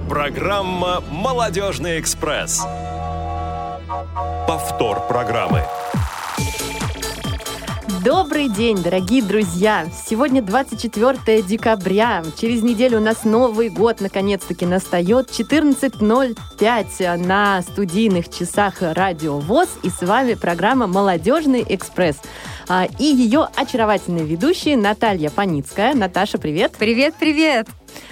Программа «Молодежный экспресс». Повтор программы. Добрый день, дорогие друзья! Сегодня 24 декабря. Через неделю у нас Новый год наконец-таки настает. 14:05 на студийных часах Радио ВОС. И с вами программа «Молодежный экспресс». И ее очаровательные ведущие Наталья Паницкая. Наташа, привет! Привет-привет!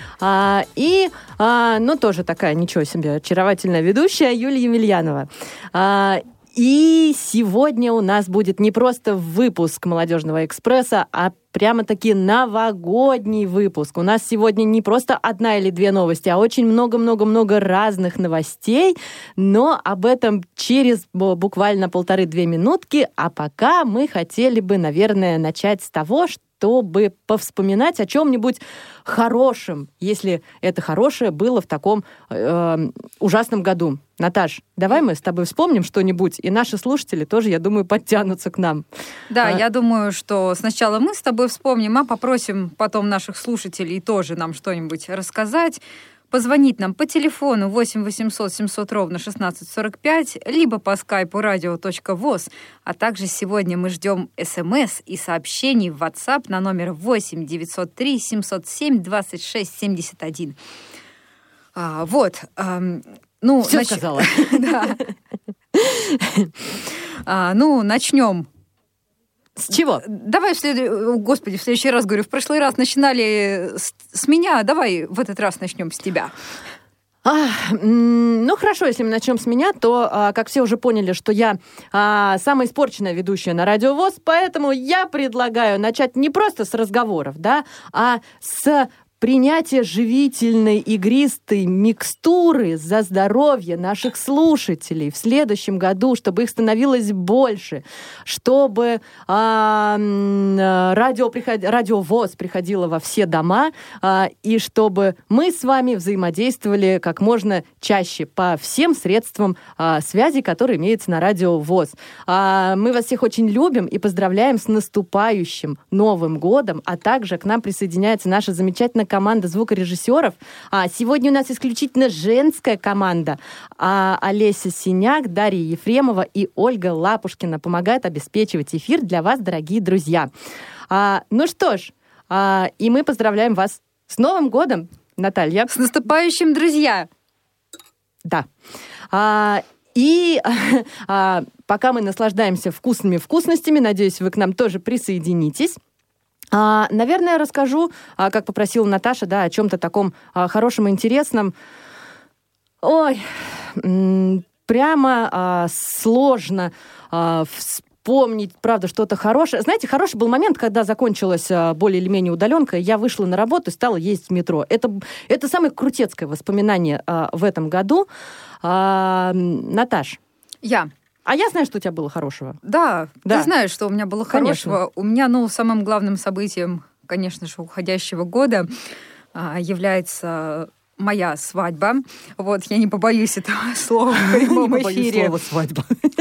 Тоже такая, ничего себе, очаровательная ведущая Юлия Емельянова. И сегодня у нас будет не просто выпуск «Молодежного экспресса», а прямо-таки новогодний выпуск. У нас сегодня не просто одна или две новости, а очень много-много-много разных новостей, но об этом через буквально 1,5-2 минутки. А пока мы хотели бы, наверное, начать с того, чтобы повспоминать о чем-нибудь хорошем, если это хорошее было в таком ужасном году. Наташ, давай мы с тобой вспомним что-нибудь, и наши слушатели тоже, я думаю, подтянутся к нам. Да, я думаю, что сначала мы с тобой вспомним, а попросим потом наших слушателей тоже нам что-нибудь рассказать. Позвонить нам по телефону 8 800 700 ровно 1645, либо по скайпу radio.voz. А также сегодня мы ждем СМС и сообщений в WhatsApp на номер 8 903 707 26 71. Все сказала. Начнем. С чего? Давай в следующий раз, говорю, в прошлый раз начинали с меня, давай в этот раз начнем с тебя. Хорошо, если мы начнем с меня, то, как все уже поняли, что я самая испорченная ведущая на Радио ВОС, поэтому я предлагаю начать не просто с разговоров, да, а с принятие живительной игристой микстуры за здоровье наших слушателей в следующем году, чтобы их становилось больше, чтобы Радио ВОС приходило во все дома, и чтобы мы с вами взаимодействовали как можно чаще по всем средствам связи, которые имеются на Радио ВОС. Мы вас всех очень любим и поздравляем с наступающим Новым годом, а также к нам присоединяется наша замечательная команда звукорежиссеров. Сегодня у нас исключительно женская команда. Олеся Синяк, Дарья Ефремова и Ольга Лапушкина помогают обеспечивать эфир для вас, дорогие друзья. Ну что ж, и мы поздравляем вас с Новым годом, Наталья. С наступающим, друзья! Да. Пока мы наслаждаемся вкусными вкусностями, надеюсь, вы к нам тоже присоединитесь. Наверное, расскажу, как попросила Наташа, да, о чем-то таком хорошем и интересном. Прямо сложно вспомнить, правда, что-то хорошее. Знаете, хороший был момент, когда закончилась более или менее удаленка, я вышла на работу и стала ездить в метро. Это самое крутецкое воспоминание в этом году. Наташ. А я знаю, что у тебя было хорошего. Да, ты знаешь, что у меня было хорошего. Конечно. У меня, самым главным событием, конечно же, уходящего года является моя свадьба. Я не побоюсь этого слова в прямом эфире. Не побоюсь слова «свадьба».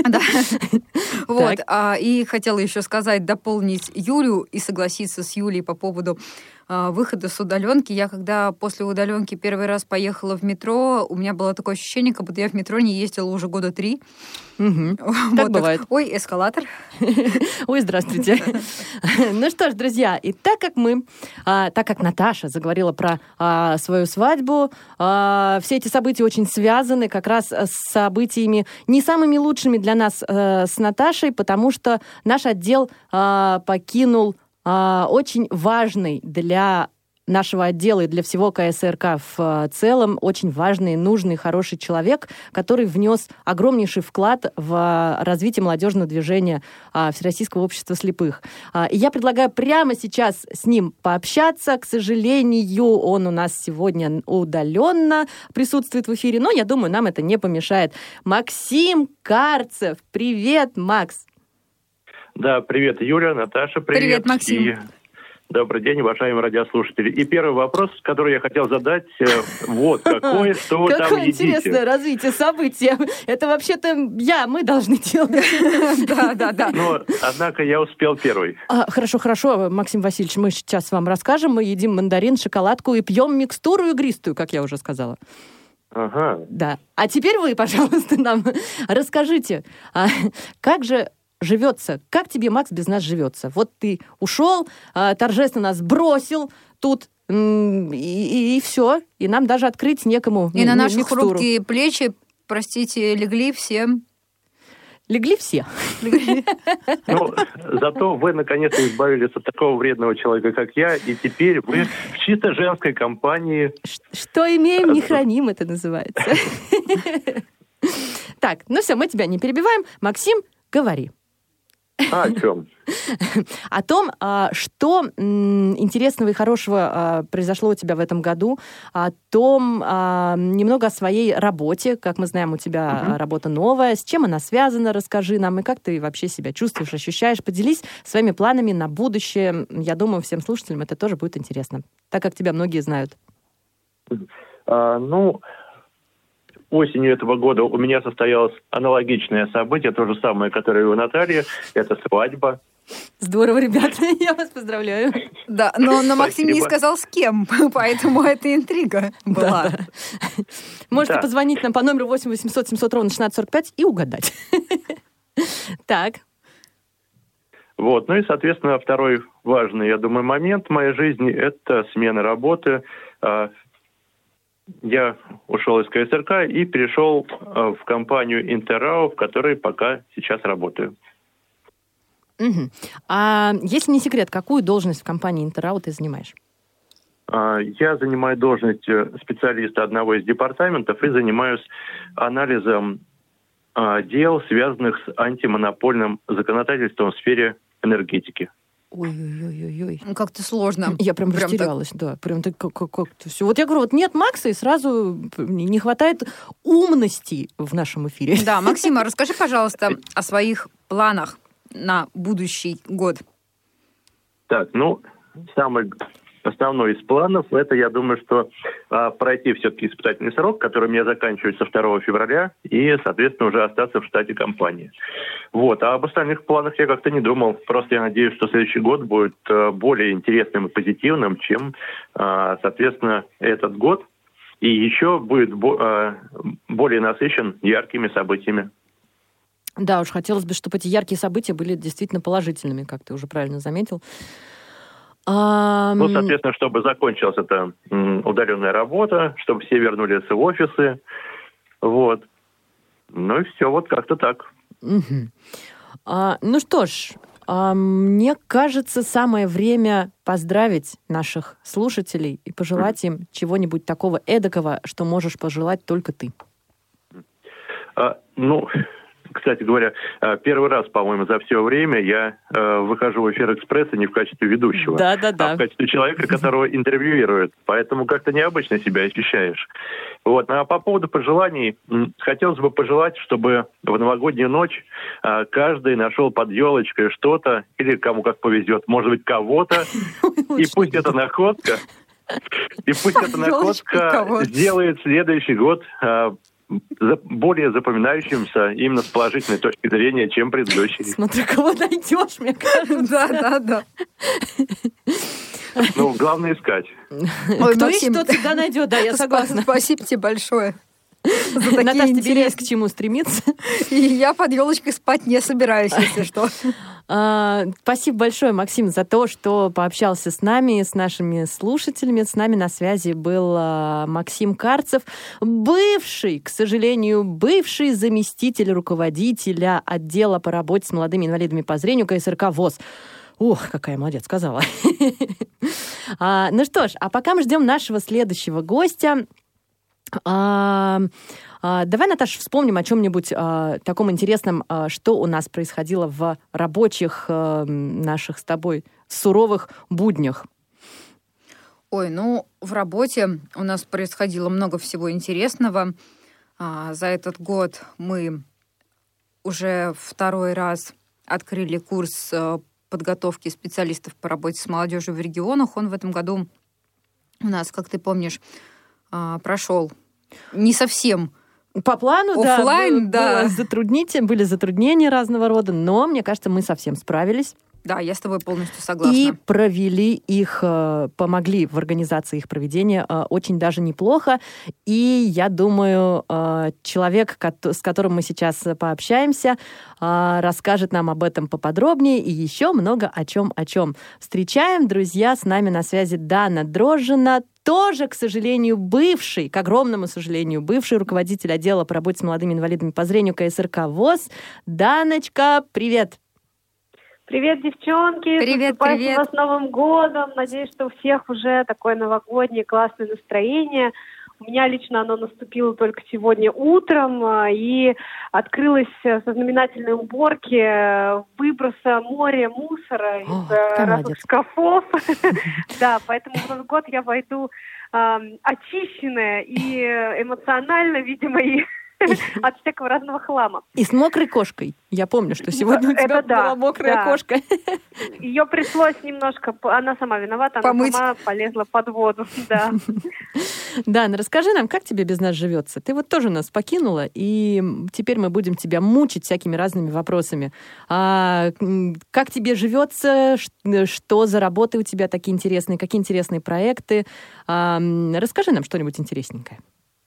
Да. И хотела еще дополнить Юлю и согласиться с Юлей по поводу выхода с удаленки. Я когда после удаленки первый раз поехала в метро, у меня было такое ощущение, как будто я в метро не ездила уже 3 года. Так бывает. Ой, эскалатор. Ой, здравствуйте. Ну что ж, друзья, и так как Наташа заговорила про свою свадьбу, все эти события очень связаны как раз с событиями не самыми лучшими для нас с Наташей, потому что наш отдел покинул очень важный для нашего отдела и для всего КСРК в целом очень важный, нужный, хороший человек, который внес огромнейший вклад в развитие молодежного движения Всероссийского общества слепых. И я предлагаю прямо сейчас с ним пообщаться. К сожалению, он у нас сегодня удаленно присутствует в эфире, но я думаю, нам это не помешает. Максим Карцев. Привет, Макс. Да, привет, Юля, Наташа, привет. Привет, Максим. И добрый день, уважаемые радиослушатели. И первый вопрос, который я хотел задать, какое, что вы там едите? Какое интересное развитие событий. Это вообще-то мы должны делать. Да. Но, однако, я успел первый. Хорошо, Максим Васильевич, мы сейчас вам расскажем. Мы едим мандарин, шоколадку и пьем микстуру игристую, как я уже сказала. Ага. Да. А теперь вы, пожалуйста, нам расскажите, как же живется, как тебе, Макс, без нас живется? Вот ты ушел, торжественно нас бросил тут, и все. И нам даже открыть некому И на наши микстуру. хрупкие плечи, простите, легли все. Легли все. Ну, зато вы наконец-то избавились от такого вредного человека, как я, и теперь вы в чисто женской компании. Что имеем, не храним, это называется. Так, ну все, мы тебя не перебиваем. Максим, говори. О чем? О том, что интересного и хорошего произошло у тебя в этом году, о том, немного о своей работе. Как мы знаем, у тебя работа новая. С чем она связана, расскажи нам. И как ты вообще себя чувствуешь, ощущаешь. Поделись своими планами на будущее. Я думаю, всем слушателям это тоже будет интересно, так как тебя многие знают. Осенью этого года у меня состоялось аналогичное событие, то же самое, которое и у Натальи. Это свадьба. Здорово, ребята, я вас поздравляю. Да, но Максим не сказал, с кем, поэтому это интрига была. Да. Можете позвонить нам по номеру 8 800 700 ровно 1645 и угадать. Так. Вот, ну и, соответственно, второй важный, я думаю, момент в моей жизни – это смена работы. Я ушел из КСРК и перешел в компанию Интеррау, в которой пока сейчас работаю. Угу. А если не секрет, какую должность в компании Интеррау ты занимаешь? Я занимаю должность специалиста одного из департаментов и занимаюсь анализом дел, связанных с антимонопольным законодательством в сфере энергетики. Ой-ой-ой-ой. Как-то сложно. Я прям растерялась, да. Прям так как-то все. Вот я говорю, вот нет Макса, и сразу не хватает умности в нашем эфире. Да, Максима, расскажи, пожалуйста, о своих планах на будущий год. Так, самый основной из планов, это, я думаю, что пройти все-таки испытательный срок, который у меня заканчивается 2 февраля, и, соответственно, уже остаться в штате компании. Вот. А об остальных планах я как-то не думал. Просто я надеюсь, что следующий год будет более интересным и позитивным, чем, соответственно, этот год. И еще будет более насыщен яркими событиями. Да уж, хотелось бы, чтобы эти яркие события были действительно положительными, как ты уже правильно заметил. Соответственно, чтобы закончилась эта удаленная работа, чтобы все вернулись в офисы. Вот. Ну и все, вот как-то так. Угу. Ну что ж, мне кажется, самое время поздравить наших слушателей и пожелать им чего-нибудь такого эдакого, что можешь пожелать только ты. Кстати говоря, первый раз, по-моему, за все время я выхожу в эфир «Экспресса» не в качестве ведущего, а в качестве человека, которого интервьюируют. Поэтому как-то необычно себя ощущаешь. Вот. А по поводу пожеланий, хотелось бы пожелать, чтобы в новогоднюю ночь каждый нашел под елочкой что-то, или кому как повезет, может быть, кого-то, и пусть эта находка сделает следующий год более запоминающимся именно с положительной точки зрения, чем предыдущий. Смотри, кого найдешь, мне кажется. Да. Главное искать. Кто ищет, тот всегда найдет, да, я согласна. Спасибо тебе большое. Наташа, тебе есть к чему стремиться. И я под елочкой спать не собираюсь, если что. Спасибо большое, Максим, за то, что пообщался с нами, с нашими слушателями. С нами на связи был Максим Карцев, к сожалению, бывший заместитель руководителя отдела по работе с молодыми инвалидами по зрению КСРК ВОС. Ох, какая молодец, сказала. Ну что ж, а пока мы ждем нашего следующего гостя, давай, Наташа, вспомним о чем-нибудь таком интересном, что у нас происходило в рабочих наших с тобой суровых буднях. Ой, в работе у нас происходило много всего интересного. За этот год мы уже 2-й раз открыли курс подготовки специалистов по работе с молодежью в регионах. Он в этом году у нас, как ты помнишь, прошел не совсем по плану, офлайн, были затруднения разного рода, но, мне кажется, мы совсем справились. Да, я с тобой полностью согласна. И провели их, помогли в организации их проведения очень даже неплохо. И я думаю, человек, с которым мы сейчас пообщаемся, расскажет нам об этом поподробнее и еще много о чем. Встречаем, друзья, с нами на связи Дана Дрожжина, тоже, к сожалению, бывший, к огромному сожалению, бывший руководитель отдела по работе с молодыми инвалидами по зрению КСРК ВОС. Даночка, привет! Привет, девчонки! Привет. С вас Новым годом! Надеюсь, что у всех уже такое новогоднее классное настроение. У меня лично оно наступило только сегодня утром, и открылась со знаменательной уборки выброса моря мусора из разных шкафов. Да, поэтому в Новый год я войду очищенная и эмоционально, видимо, и от всякого разного хлама. И с мокрой кошкой. Я помню, что сегодня у тебя была мокрая кошка. Ее пришлось немножко, она сама виновата, помыть. Она сама полезла под воду. Да. Дана, расскажи нам, как тебе без нас живется? Ты вот тоже нас покинула, и теперь мы будем тебя мучить всякими разными вопросами. Как тебе живется? Что за работы у тебя такие интересные? Какие интересные проекты? Расскажи нам что-нибудь интересненькое.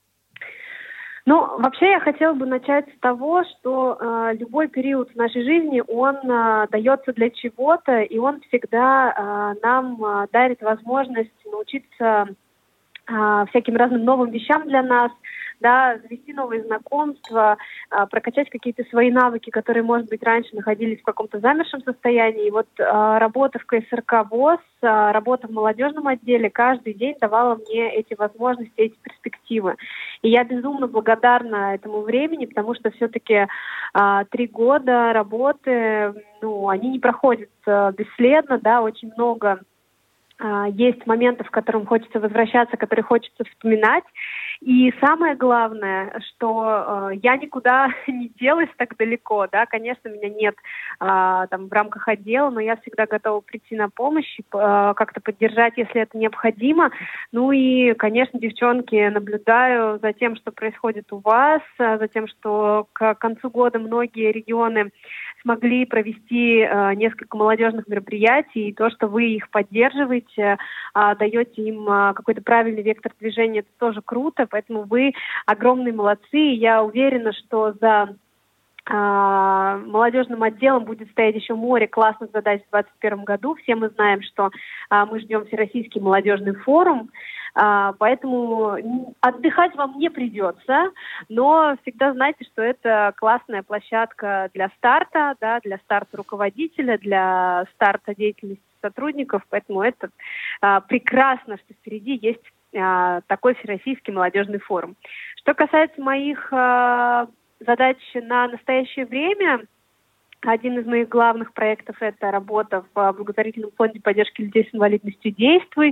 Ну, вообще я хотела бы начать с того, что любой период в нашей жизни, он дается для чего-то, и он всегда нам дарит возможность научиться всяким разным новым вещам для нас, да, завести новые знакомства, прокачать какие-то свои навыки, которые, может быть, раньше находились в каком-то замершем состоянии. И вот работа в КСРК ВОС, работа в молодежном отделе каждый день давала мне эти возможности, эти перспективы. И я безумно благодарна этому времени, потому что все-таки 3 года работы, они не проходят бесследно, да, очень много есть моменты, в которых хочется возвращаться, которые хочется вспоминать. И самое главное, что я никуда не делась так далеко, да, конечно, меня нет там в рамках отдела, но я всегда готова прийти на помощь, как-то поддержать, если это необходимо. Ну и, конечно, девчонки, наблюдаю за тем, что происходит у вас, за тем, что к концу года многие регионы смогли провести несколько молодежных мероприятий, и то, что вы их поддерживаете, даете им какой-то правильный вектор движения, это тоже круто, поэтому вы огромные молодцы, и я уверена, что за молодежным отделом будет стоять еще море классных задач в 2021 году. Все мы знаем, что мы ждем Всероссийский молодежный форум, поэтому отдыхать вам не придется, но всегда знайте, что это классная площадка для старта, да, для старта руководителя, для старта деятельности сотрудников, поэтому это прекрасно, что впереди есть такой Всероссийский молодежный форум. Что касается моих задач на настоящее время, один из моих главных проектов – это работа в благотворительном фонде поддержки людей с инвалидностью «Действуй».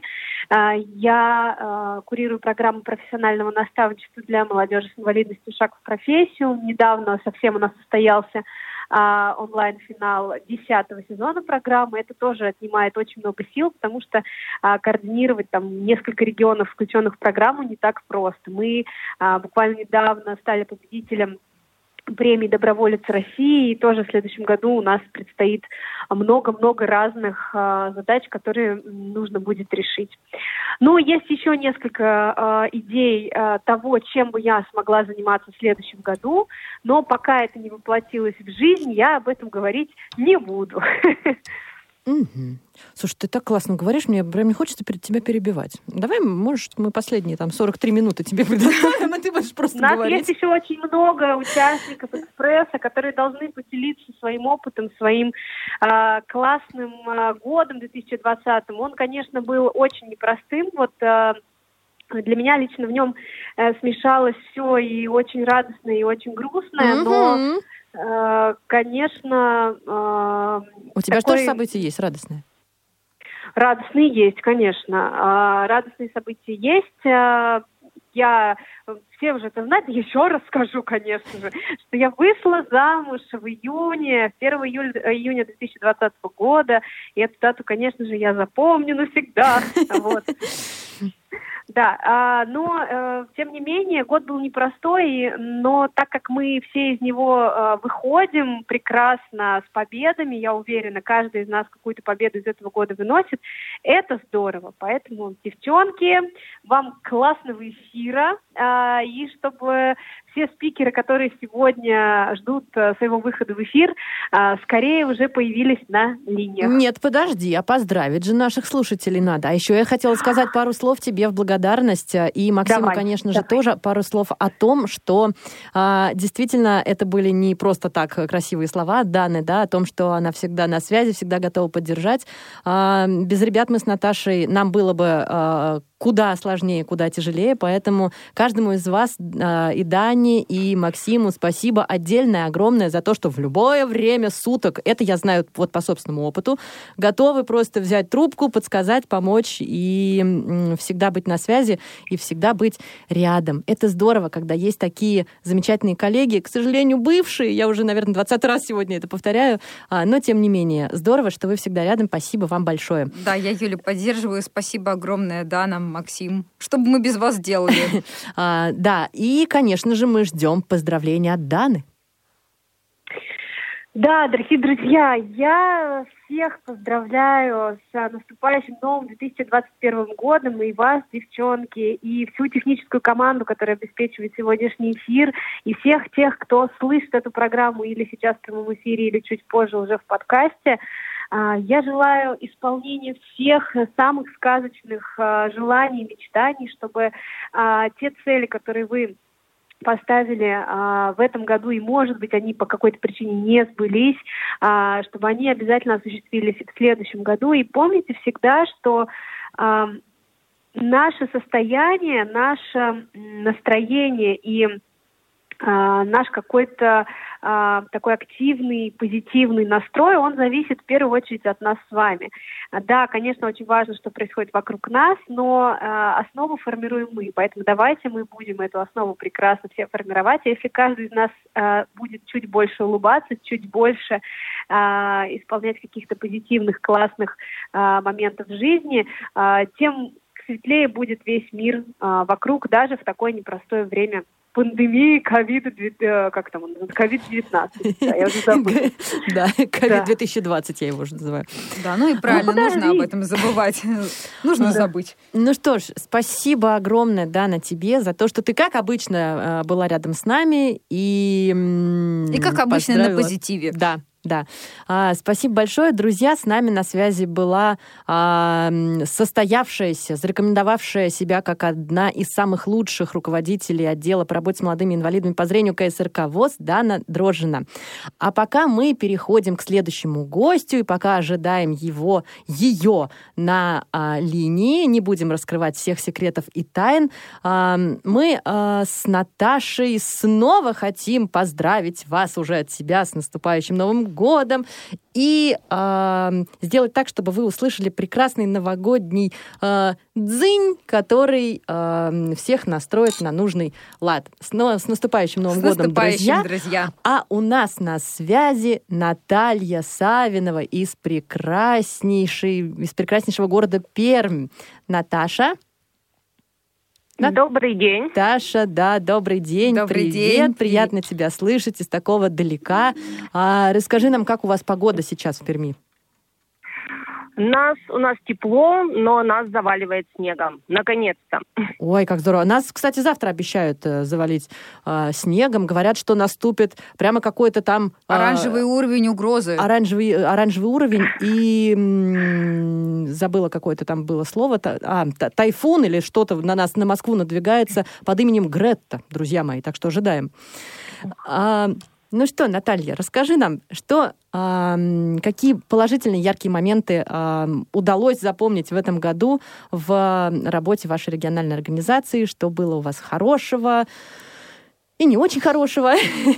Я курирую программу профессионального наставничества для молодежи с инвалидностью «Шаг в профессию». Недавно совсем у нас состоялся онлайн-финал 10-го сезона программы. Это тоже отнимает очень много сил, потому что координировать там несколько регионов, включенных в программу, не так просто. Мы буквально недавно стали победителем премии «Доброволец России», и тоже в следующем году у нас предстоит много-много разных задач, которые нужно будет решить. Ну, есть еще несколько идей того, чем бы я смогла заниматься в следующем году, но пока это не воплотилось в жизнь, я об этом говорить не буду. Слушай, ты так классно говоришь, мне прям не хочется тебя перебивать. Давай, может, мы последние 43 минуты тебе предоставим, а ты будешь просто говорить. У нас есть еще очень много участников «Экспресса», которые должны поделиться своим опытом, своим классным годом 2020-м. Он, конечно, был очень непростым. Вот для меня лично в нем смешалось все и очень радостное, и очень грустное, но... Конечно... У тебя тоже события есть радостные? Радостные есть, конечно. Радостные события есть. Все уже это знают, еще раз скажу, конечно же, что я вышла замуж в июне, 1 июня 2020 года, и эту дату, конечно же, я запомню навсегда. Вот. Да, но, тем не менее, год был непростой, но так как мы все из него выходим прекрасно с победами, я уверена, каждый из нас какую-то победу из этого года выносит, это здорово. Поэтому, девчонки, вам классного эфира, и чтобы все спикеры, которые сегодня ждут своего выхода в эфир, скорее уже появились на линиях. Нет, подожди, а поздравить же наших слушателей надо. А еще я хотела сказать пару слов тебе в благодарность, и Максиму, конечно же, тоже пару слов о том, что действительно это были не просто так красивые слова от Даны, да, о том, что она всегда на связи, всегда готова поддержать. Без ребят мы с Наташей, нам было бы куда сложнее, куда тяжелее, поэтому каждому из вас, и Дане, и Максиму, спасибо отдельное, огромное за то, что в любое время суток, это я знаю вот по собственному опыту, готовы просто взять трубку, подсказать, помочь и всегда быть на связи, и всегда быть рядом. Это здорово, когда есть такие замечательные коллеги, к сожалению, бывшие, я уже, наверное, 20 раз сегодня это повторяю, но тем не менее, здорово, что вы всегда рядом, спасибо вам большое. Да, я Юлю поддерживаю, спасибо огромное, Дана, Максим. Что бы мы без вас делали? Да, и, конечно же, мы ждем поздравления от Даны. Да, дорогие друзья, я всех поздравляю с наступающим новым 2021 годом, и вас, девчонки, и всю техническую команду, которая обеспечивает сегодняшний эфир, и всех тех, кто слышит эту программу или сейчас в прямом эфире, или чуть позже уже в подкасте. Я желаю исполнения всех самых сказочных желаний, мечтаний, чтобы те цели, которые вы поставили в этом году, и, может быть, они по какой-то причине не сбылись, чтобы они обязательно осуществились в следующем году. И помните всегда, что наше состояние, наше настроение и наш какой-то такой активный, позитивный настрой, он зависит в первую очередь от нас с вами. Да, конечно, очень важно, что происходит вокруг нас, но основу формируем мы, поэтому давайте мы будем эту основу прекрасно все формировать. И если каждый из нас будет чуть больше улыбаться, чуть больше исполнять каких-то позитивных, классных моментов в жизни, тем светлее будет весь мир вокруг, даже в такое непростое время пандемии COVID-19. Да, я уже забыла. Да, COVID-2020 я его уже называю. Да, ну и правильно, нужно об этом забывать. Нужно забыть. Ну что ж, спасибо огромное, Дана, тебе за то, что ты, как обычно, была рядом с нами и как обычно, на позитиве. Да. Да. Спасибо большое. Друзья, с нами на связи была состоявшаяся, зарекомендовавшая себя как одна из самых лучших руководителей отдела по работе с молодыми инвалидами по зрению КСРК ВОС Дана Дрожжина. А пока мы переходим к следующему гостю, и пока ожидаем ее на линии, не будем раскрывать всех секретов и тайн, мы с Наташей снова хотим поздравить вас уже от себя с наступающим Новым годом и сделать так, чтобы вы услышали прекрасный новогодний дзынь, который всех настроит на нужный лад. С наступающим Новым годом, друзья! А у нас на связи Наталья Савинова из прекраснейшего города Пермь. Наташа? Добрый день. Таша, да, добрый день. Добрый Привет, день. приятно тебя слышать из такого далека. Расскажи нам, как у вас погода сейчас в Перми? У нас тепло, но нас заваливает снегом. Наконец-то. Ой, как здорово. Нас, кстати, завтра обещают завалить снегом. Говорят, что наступит прямо какой-то там... Оранжевый уровень угрозы. Оранжевый уровень и... забыла, какое-то там было слово. Тайфун или что-то на Москву надвигается под именем Гретта, друзья мои. Так что ожидаем. Ну что, Наталья, расскажи нам, какие положительные, яркие моменты удалось запомнить в этом году в работе вашей региональной организации, что было у вас хорошего и не очень хорошего?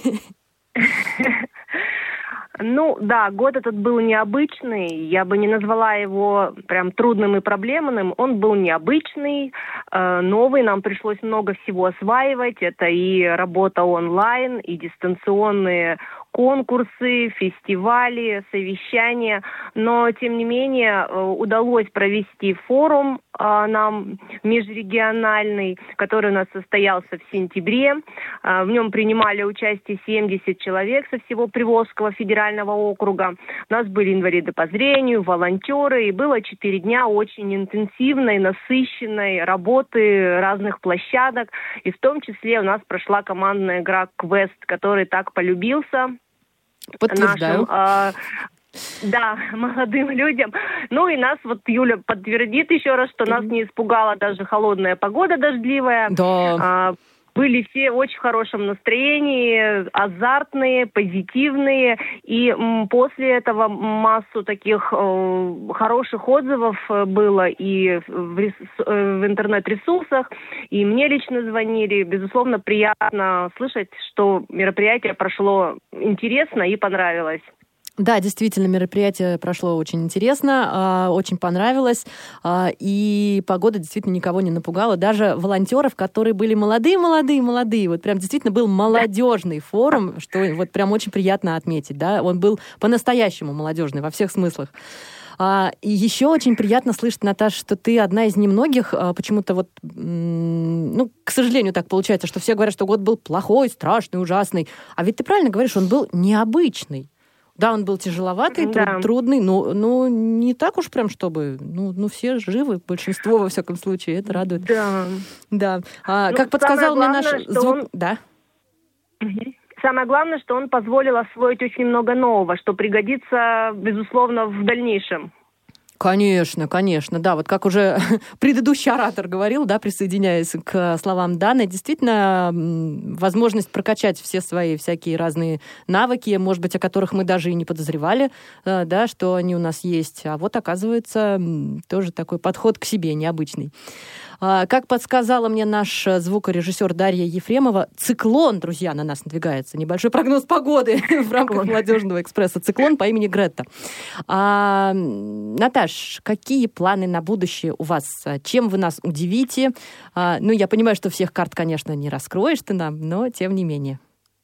Ну, да, год этот был необычный. Я бы не назвала его прям трудным и проблемным. Он был необычный, новый. Нам пришлось много всего осваивать. Это и работа онлайн, и дистанционные конкурсы, фестивали, совещания, но, тем не менее, удалось провести форум нам межрегиональный, который у нас состоялся в сентябре. В нем принимали участие 70 человек со всего Приволжского федерального округа. У нас были инвалиды по зрению, волонтеры, и было 4 дня очень интенсивной, насыщенной работы разных площадок, и в том числе у нас прошла командная игра «Квест», который так полюбился Подтверждаю. молодым людям. Ну и нас, вот Юля подтвердит еще раз, что нас не испугала даже холодная погода дождливая. Да. Были все в очень хорошем настроении, азартные, позитивные. И после этого массу таких хороших отзывов было и в интернет-ресурсах, и мне лично звонили. Безусловно, приятно слышать, что мероприятие прошло интересно и понравилось. Да, действительно, мероприятие прошло очень интересно, очень понравилось, и погода действительно никого не напугала. Даже волонтеров, которые были молодые. Вот прям действительно был молодежный форум, что вот прям очень приятно отметить, да. Он был по-настоящему молодежный во всех смыслах. И еще очень приятно слышать, Наташа, что ты одна из немногих, почему-то вот, к сожалению, так получается, что все говорят, что год был плохой, страшный, ужасный. А ведь ты правильно говоришь, он был необычный. Да, он был тяжеловатый, трудный, но не так уж прям, чтобы... все живы, большинство, во всяком случае, это радует. Да. Как подсказал мне наш звук... Да. Самое главное, что он позволил освоить очень много нового, что пригодится, безусловно, в дальнейшем. Конечно, да. Вот как уже предыдущий оратор говорил, да, присоединяясь к словам Даны, действительно, возможность прокачать все свои всякие разные навыки, может быть, о которых мы даже и не подозревали, да, что они у нас есть. А вот, оказывается, тоже такой подход к себе необычный. Как подсказала мне наш звукорежиссер Дарья Ефремова, циклон, друзья, на нас надвигается. Небольшой прогноз погоды в рамках «Молодежного экспресса». Циклон по имени Гретта. Наташ, какие планы на будущее у вас? Чем вы нас удивите? Я понимаю, что всех карт, конечно, не раскроешь ты нам, но тем не менее.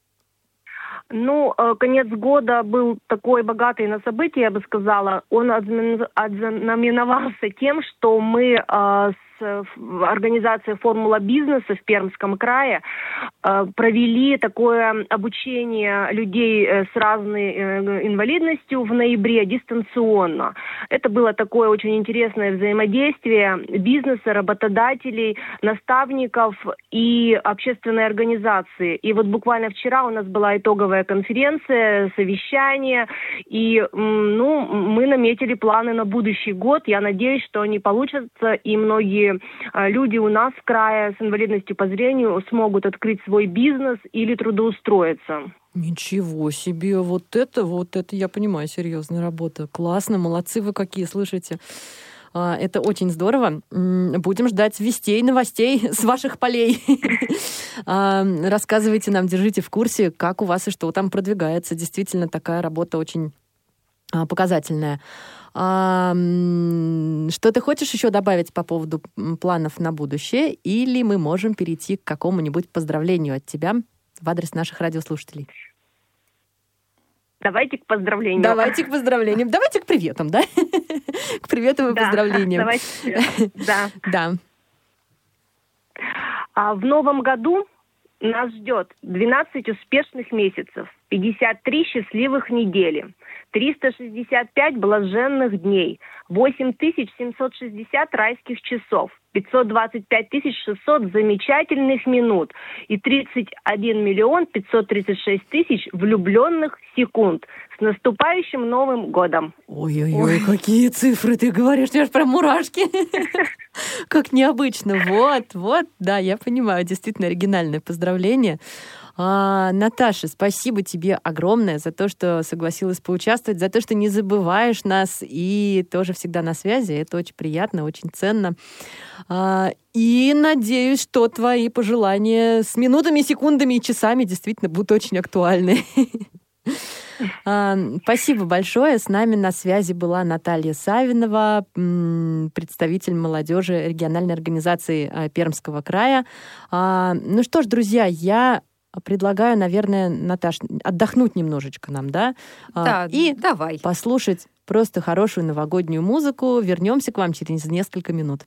Конец года был такой богатый на события, я бы сказала. Он ознаменовался тем, что мы организация «Формула бизнеса» в Пермском крае провели такое обучение людей с разной инвалидностью в ноябре дистанционно. Это было такое очень интересное взаимодействие бизнеса, работодателей, наставников и общественной организации. И вот буквально вчера у нас была итоговая конференция, совещание, и мы наметили планы на будущий год. Я надеюсь, что они получатся, и многие люди у нас в крае с инвалидностью по зрению смогут открыть свой бизнес или трудоустроиться. Ничего себе, вот это, я понимаю, серьезная работа. Классно, молодцы вы какие, слышите? Это очень здорово. Будем ждать вестей, новостей с ваших полей. Рассказывайте нам, держите в курсе, как у вас и что там продвигается. Действительно, такая работа очень показательная. Что ты хочешь еще добавить по поводу планов на будущее? Или мы можем перейти к какому-нибудь поздравлению от тебя в адрес наших радиослушателей? Давайте к поздравлениям. Давайте к приветам, да? К приветам и поздравлениям. Давайте. Да. В новом году нас ждет 12 успешных месяцев, 53 счастливых недели, 365 блаженных дней, 8760 райских часов, 525 600 замечательных минут и 31 536 000 влюбленных секунд. С наступающим Новым годом! Ой, какие цифры ты говоришь, у меня аж прям мурашки. Как необычно. Вот, да, я понимаю, действительно оригинальное поздравление. Наташа, спасибо тебе огромное за то, что согласилась поучаствовать, за то, что не забываешь нас и тоже всегда на связи. Это очень приятно, очень ценно. И надеюсь, что твои пожелания с минутами, секундами и часами действительно будут очень актуальны. Спасибо большое. С нами на связи была Наталья Савинова, представитель молодежи региональной организации Пермского края. Ну что ж, друзья, я предлагаю, наверное, Наташ, отдохнуть немножечко нам, да? Да, и давай. Послушать просто хорошую новогоднюю музыку. Вернемся к вам через несколько минут.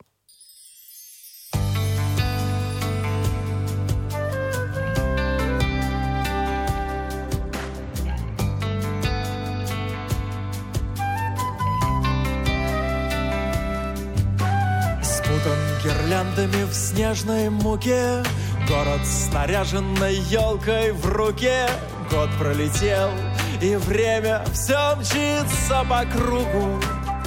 Спутан гирляндами в снежной муке, город с наряженной елкой в руке. Год пролетел, и время все мчится по кругу.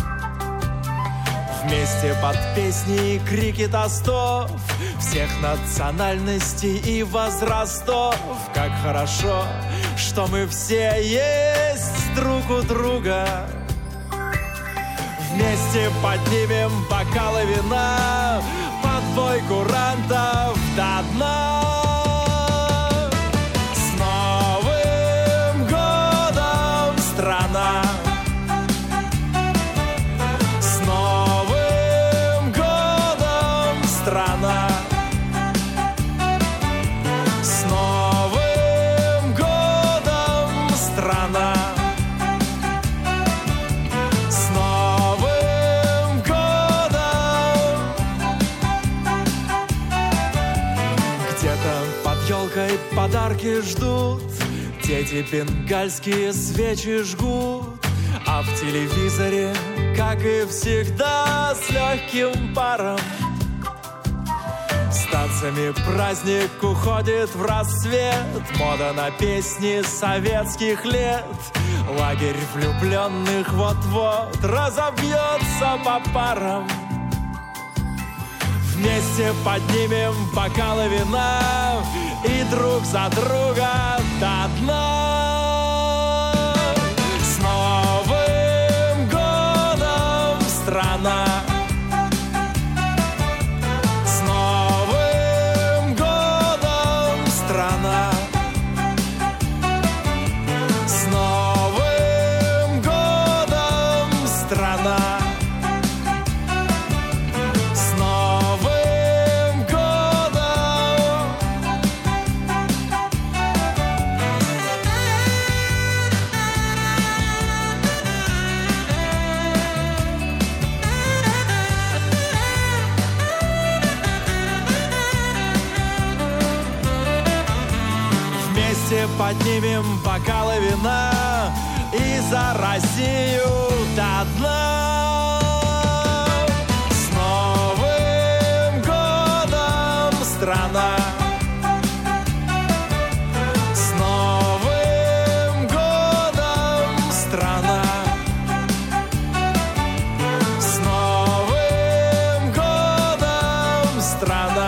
Вместе под песни и крики тостов всех национальностей и возрастов. Как хорошо, что мы все есть друг у друга. Вместе поднимем бокалы вина под бой курантов до дна. С Новым годом, страна! С Новым годом, страна! С Новым годом, страна! Подарки ждут, дети бенгальские свечи жгут, а в телевизоре, как и всегда, с легким паром с танцами праздник уходит в рассвет. Мода на песни советских лет. Лагерь влюбленных вот-вот разобьется по парам. Вместе поднимем бокалы вина и друг за друга до дна. С Новым годом, страна! С Новым годом, страна! С Новым годом, страна! Поднимем бокалы вина и за Россию до дна. С Новым годом, страна! С Новым годом, страна! С Новым годом, страна!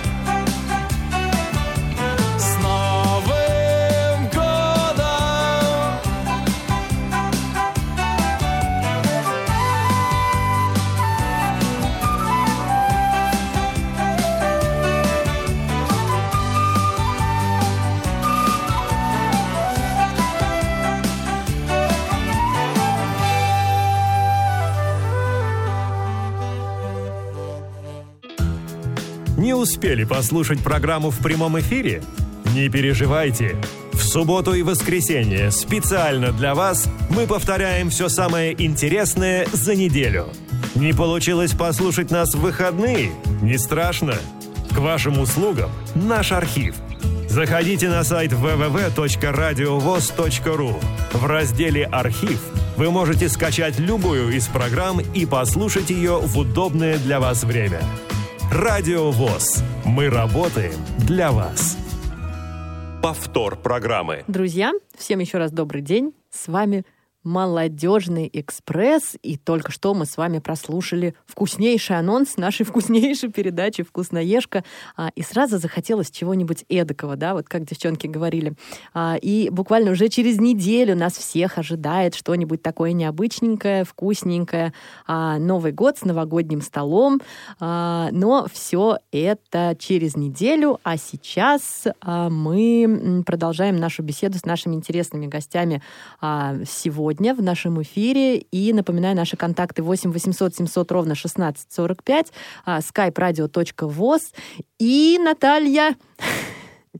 Не успели послушать программу в прямом эфире? Не переживайте. В субботу и воскресенье специально для вас мы повторяем все самое интересное за неделю. Не получилось послушать нас в выходные? Не страшно. К вашим услугам наш архив. Заходите на сайт www.radiovoz.ru. В разделе «Архив» вы можете скачать любую из программ и послушать ее в удобное для вас время. Радио ВОС. Мы работаем для вас. Повтор программы. Друзья, всем еще раз добрый день. С вами «Молодежный экспресс». И только что мы с вами прослушали вкуснейший анонс нашей вкуснейшей передачи «Вкусноежка». И сразу захотелось чего-нибудь эдакого, да, вот как девчонки говорили. И буквально уже через неделю нас всех ожидает что-нибудь такое необычненькое, вкусненькое. Новый год с новогодним столом. Но все это через неделю. А сейчас мы продолжаем нашу беседу с нашими интересными гостями сегодня в нашем эфире. И напоминаю, наши контакты 8 800 700 ровно 1645, skype-radio.voz. И Наталья,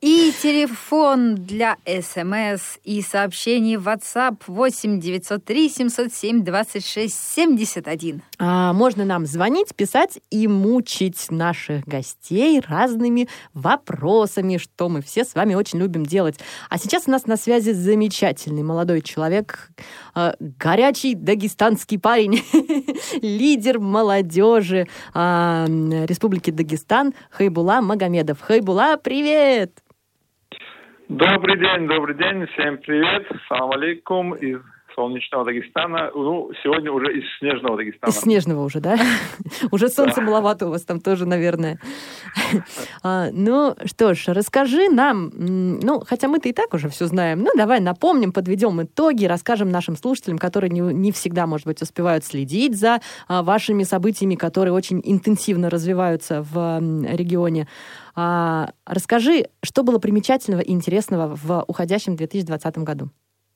И телефон для СМС и сообщений в WhatsApp 8 903 707 26 71. Можно нам звонить, писать и мучить наших гостей разными вопросами, что мы все с вами очень любим делать. А сейчас у нас на связи замечательный молодой человек, горячий дагестанский парень, лидер молодежи Республики Дагестан Хайбула Магомедов. Хайбула, привет! Добрый день, всем привет, салам алейкум из солнечного Дагестана, сегодня уже из снежного Дагестана. Из снежного уже, да? Уже солнца маловато у вас там тоже, наверное. Ну, что ж, расскажи нам, хотя мы-то и так уже все знаем, давай напомним, подведем итоги, расскажем нашим слушателям, которые не всегда, может быть, успевают следить за вашими событиями, которые очень интенсивно развиваются в регионе. Расскажи, что было примечательного и интересного в уходящем 2020 году?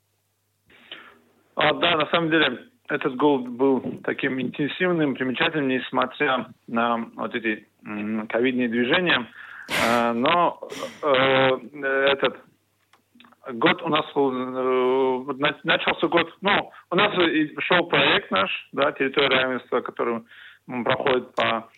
Да, на самом деле, этот год был таким интенсивным, примечательным, несмотря на вот эти ковидные движения. Но этот год у нас начался год, у нас шел проект наш, да, «Территория равенства», который проходит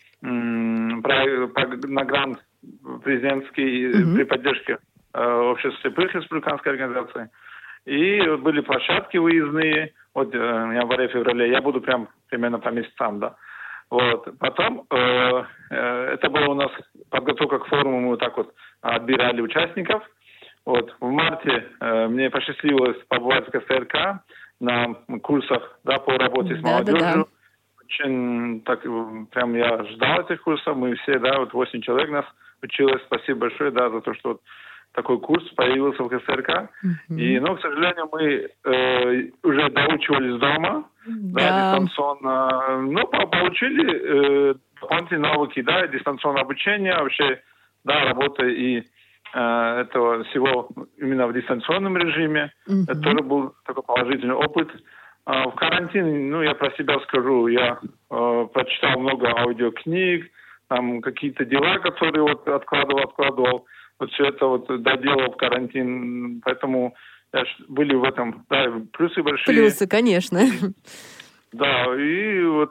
на грант президентский при поддержке общества слепых республиканской организации. И были площадки выездные от января-февраля. Я буду примерно по месяцам, да. Вот. Потом это была у нас подготовка к форуму, мы вот так вот отбирали участников. Вот. В марте мне посчастливилось побывать в КСРК на курсах, да, по работе с молодежью. Очень так прям я ждал этих курсов. Мы все, да, 8 человек нас училось. Спасибо большое, да, за то, что такой курс появился в КСРК. И, к сожалению, мы уже доучивались дома, да, дистанционно. Получили дополнительные навыки, да, дистанционное обучение, вообще, да, работа и этого всего именно в дистанционном режиме. Это тоже был такой положительный опыт. В карантин, я про себя скажу, я прочитал много аудиокниг, там какие-то дела, которые откладывал. Вот все это доделал в карантин, поэтому были в этом, да, плюсы большие. Плюсы, конечно. Да, и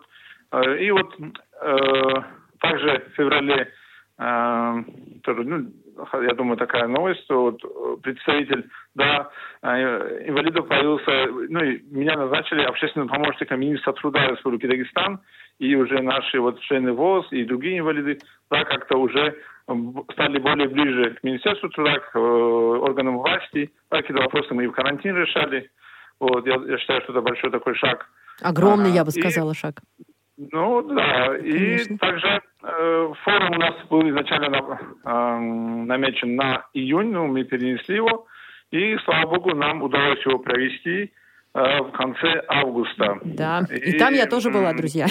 также в феврале тоже, я думаю, такая новость, что представитель, да, инвалидов появился, меня назначили общественным помощником министра труда Республики Дагестан, и уже наши члены ВОЗ и другие инвалиды, да, как-то уже стали более ближе к Министерству труда, к органам власти. Какие-то вопросы мы и в карантин решали. Вот, я считаю, что это большой такой шаг. Огромный, я бы сказала, шаг. Да. И также форум у нас был изначально намечен на июнь, мы перенесли его. И, слава богу, нам удалось его провести в конце августа. Да, и там я тоже была, друзья.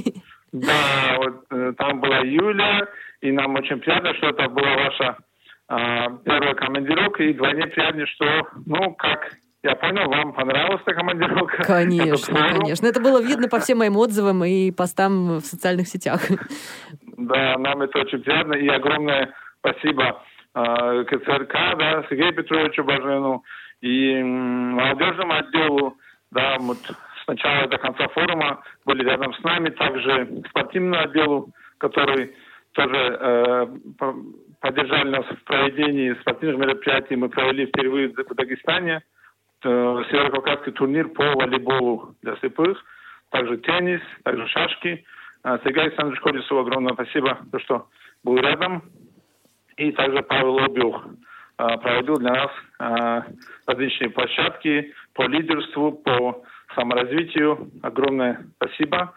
Да, там была Юля, и нам очень приятно, что это была ваша первая командировка, и вдвойне приятно, что, как я понял, вам понравилась эта командировка. Конечно. Это было видно по всем моим отзывам и постам в социальных сетях. Да, нам это очень приятно, и огромное спасибо КСРК, да, Сергею Петровичу Бажену и молодежному отделу, да, с начала до конца форума были рядом с нами, также спортивному отделу, который тоже поддержали нас в проведении спортивных мероприятий. Мы провели впервые в Дагестане северокавказский турнир по волейболу для слепых, также теннис, также шашки. Сергею Александровичу Колесову огромное спасибо, за что был рядом. И также Павел Обюх проводил для нас различные площадки по лидерству, по саморазвитию. Огромное спасибо.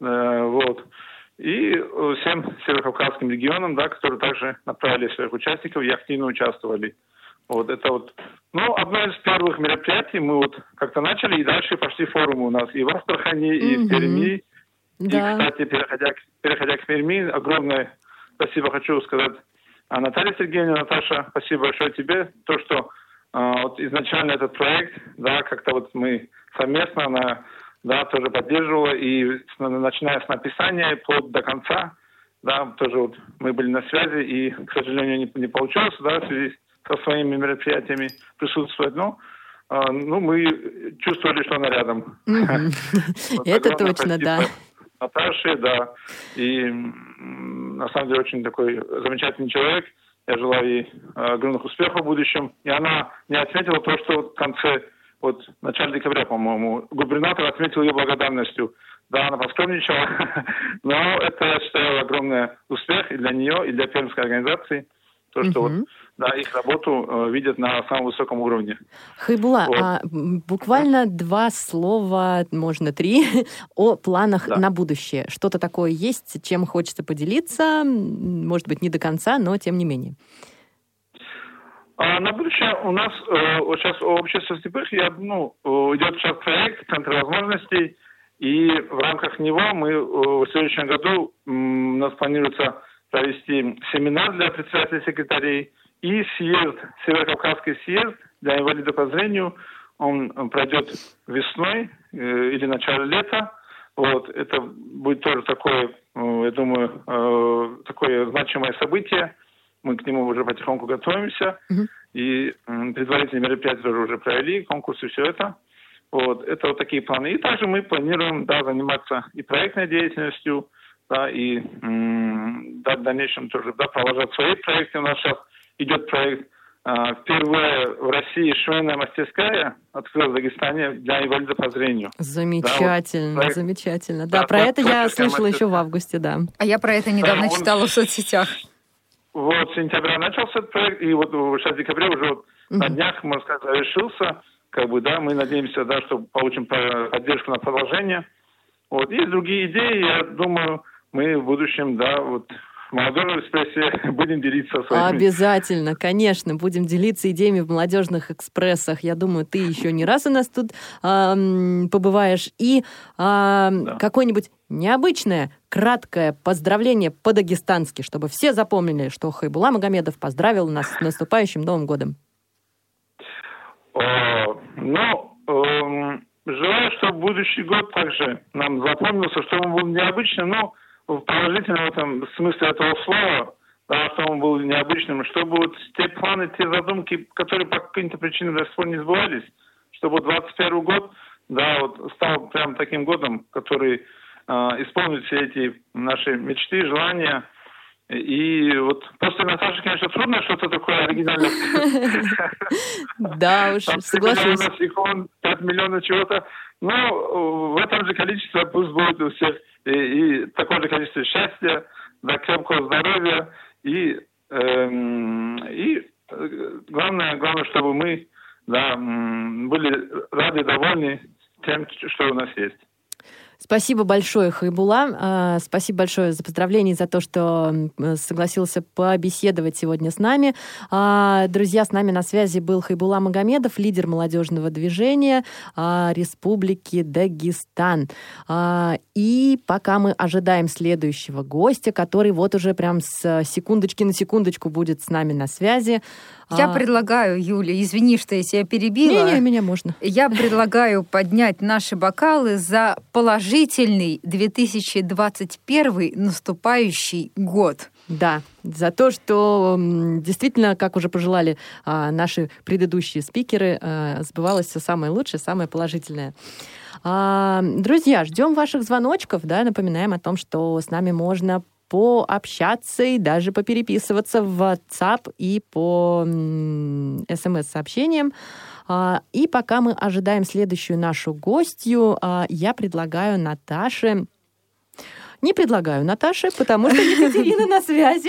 И всем северокавказским регионам, да, которые также направили своих участников и активно участвовали. Это одно из первых мероприятий. Мы как-то начали, и дальше пошли форумы у нас и в Астрахани, и в Перми. Да. И, кстати, переходя к Перми, огромное спасибо хочу сказать Наталье Сергеевне. Наташа, спасибо большое тебе. То, что изначально этот проект, да, как-то мы совместно тоже поддерживала, и начиная с написания вплоть до конца, да, тоже мы были на связи, и, к сожалению, не получилось, да, в связи со своими мероприятиями присутствовать, но мы чувствовали, что она рядом. Это точно, да. Наташе, да. И на самом деле очень такой замечательный человек. Я желаю ей огромных успехов в будущем. И она не отметила то, что в конце, в начале декабря, по-моему, губернатор отметил ее благодарностью. Да, она поскромничала, но это, я считаю, огромный успех и для нее, и для пермской организации. То, что их работу видят на самом высоком уровне. Хайбулла, буквально 2 слова, можно 3, о планах на будущее. Что-то такое есть, чем хочется поделиться? Может быть, не до конца, но тем не менее. На будущее у нас сейчас общество слепых, идет сейчас проект «Центр возможностей», и в рамках него мы в следующем году у нас планируется провести семинар для председателей секретарей и съезд, Северокавказский съезд для инвалидов по зрению. Он пройдет весной или начале лета. Это будет тоже такое, я думаю, такое значимое событие. Мы к нему уже потихоньку готовимся. И предварительные мероприятия тоже уже провели, конкурсы, все это. Это такие планы. И также мы планируем заниматься и проектной деятельностью, и в дальнейшем тоже продолжать свои проекты. У нас сейчас идет проект впервые в России швейная мастерская открылась в Дагестане для инвалидов по зрению. Замечательно, замечательно. Да, про это я слышала еще в августе, да. А я про это недавно читала в соцсетях. С сентября начался этот проект, и сейчас в декабре уже на днях, можно сказать, завершился. Мы надеемся, что получим поддержку на продолжение. Есть другие идеи, я думаю, мы в будущем, в молодежной экспрессе будем делиться своими. Обязательно, конечно, будем делиться идеями в молодежных экспрессах. Я думаю, ты еще не раз у нас тут побываешь. И какое-нибудь необычное, краткое поздравление по-дагестански, чтобы все запомнили, что Хайбулла Магомедов поздравил нас с наступающим Новым годом. Желаю, чтобы будущий год также нам запомнился, чтобы он был необычным, в положительном этом смысле этого слова, что он был необычным, чтобы те планы, те задумки, которые по каким-то причинам до сих пор не сбывались, чтобы 2021 год, стал прям таким годом, который исполнит все эти наши мечты, желания. И после Наташи, конечно, трудно что-то такое оригинальное. Да уж, соглашусь. 5 миллионов чего-то. Но в этом же количестве пусть будет у всех и такое же количество счастья, крепкого здоровья. И главное, чтобы мы были рады и довольны тем, что у нас есть. Спасибо большое, Хайбулла. Спасибо большое за поздравления, за то, что согласился побеседовать сегодня с нами. Друзья, с нами на связи был Хайбулла Магомедов, лидер молодежного движения Республики Дагестан. И пока мы ожидаем следующего гостя, который уже прям с секундочки на секундочку будет с нами на связи. Я предлагаю, Юля, извини, что я тебя перебила. Не, меня можно. Я предлагаю поднять наши бокалы за положительный 2021 наступающий год. Да, за то, что действительно, как уже пожелали наши предыдущие спикеры, сбывалось все самое лучшее, самое положительное. Друзья, ждем ваших звоночков, напоминаем о том, что с нами можно пообщаться и даже попереписываться в WhatsApp и по СМС-сообщениям. И пока мы ожидаем следующую нашу гостью, я предлагаю Наташе... Не предлагаю Наташе, потому что Екатерина на связи.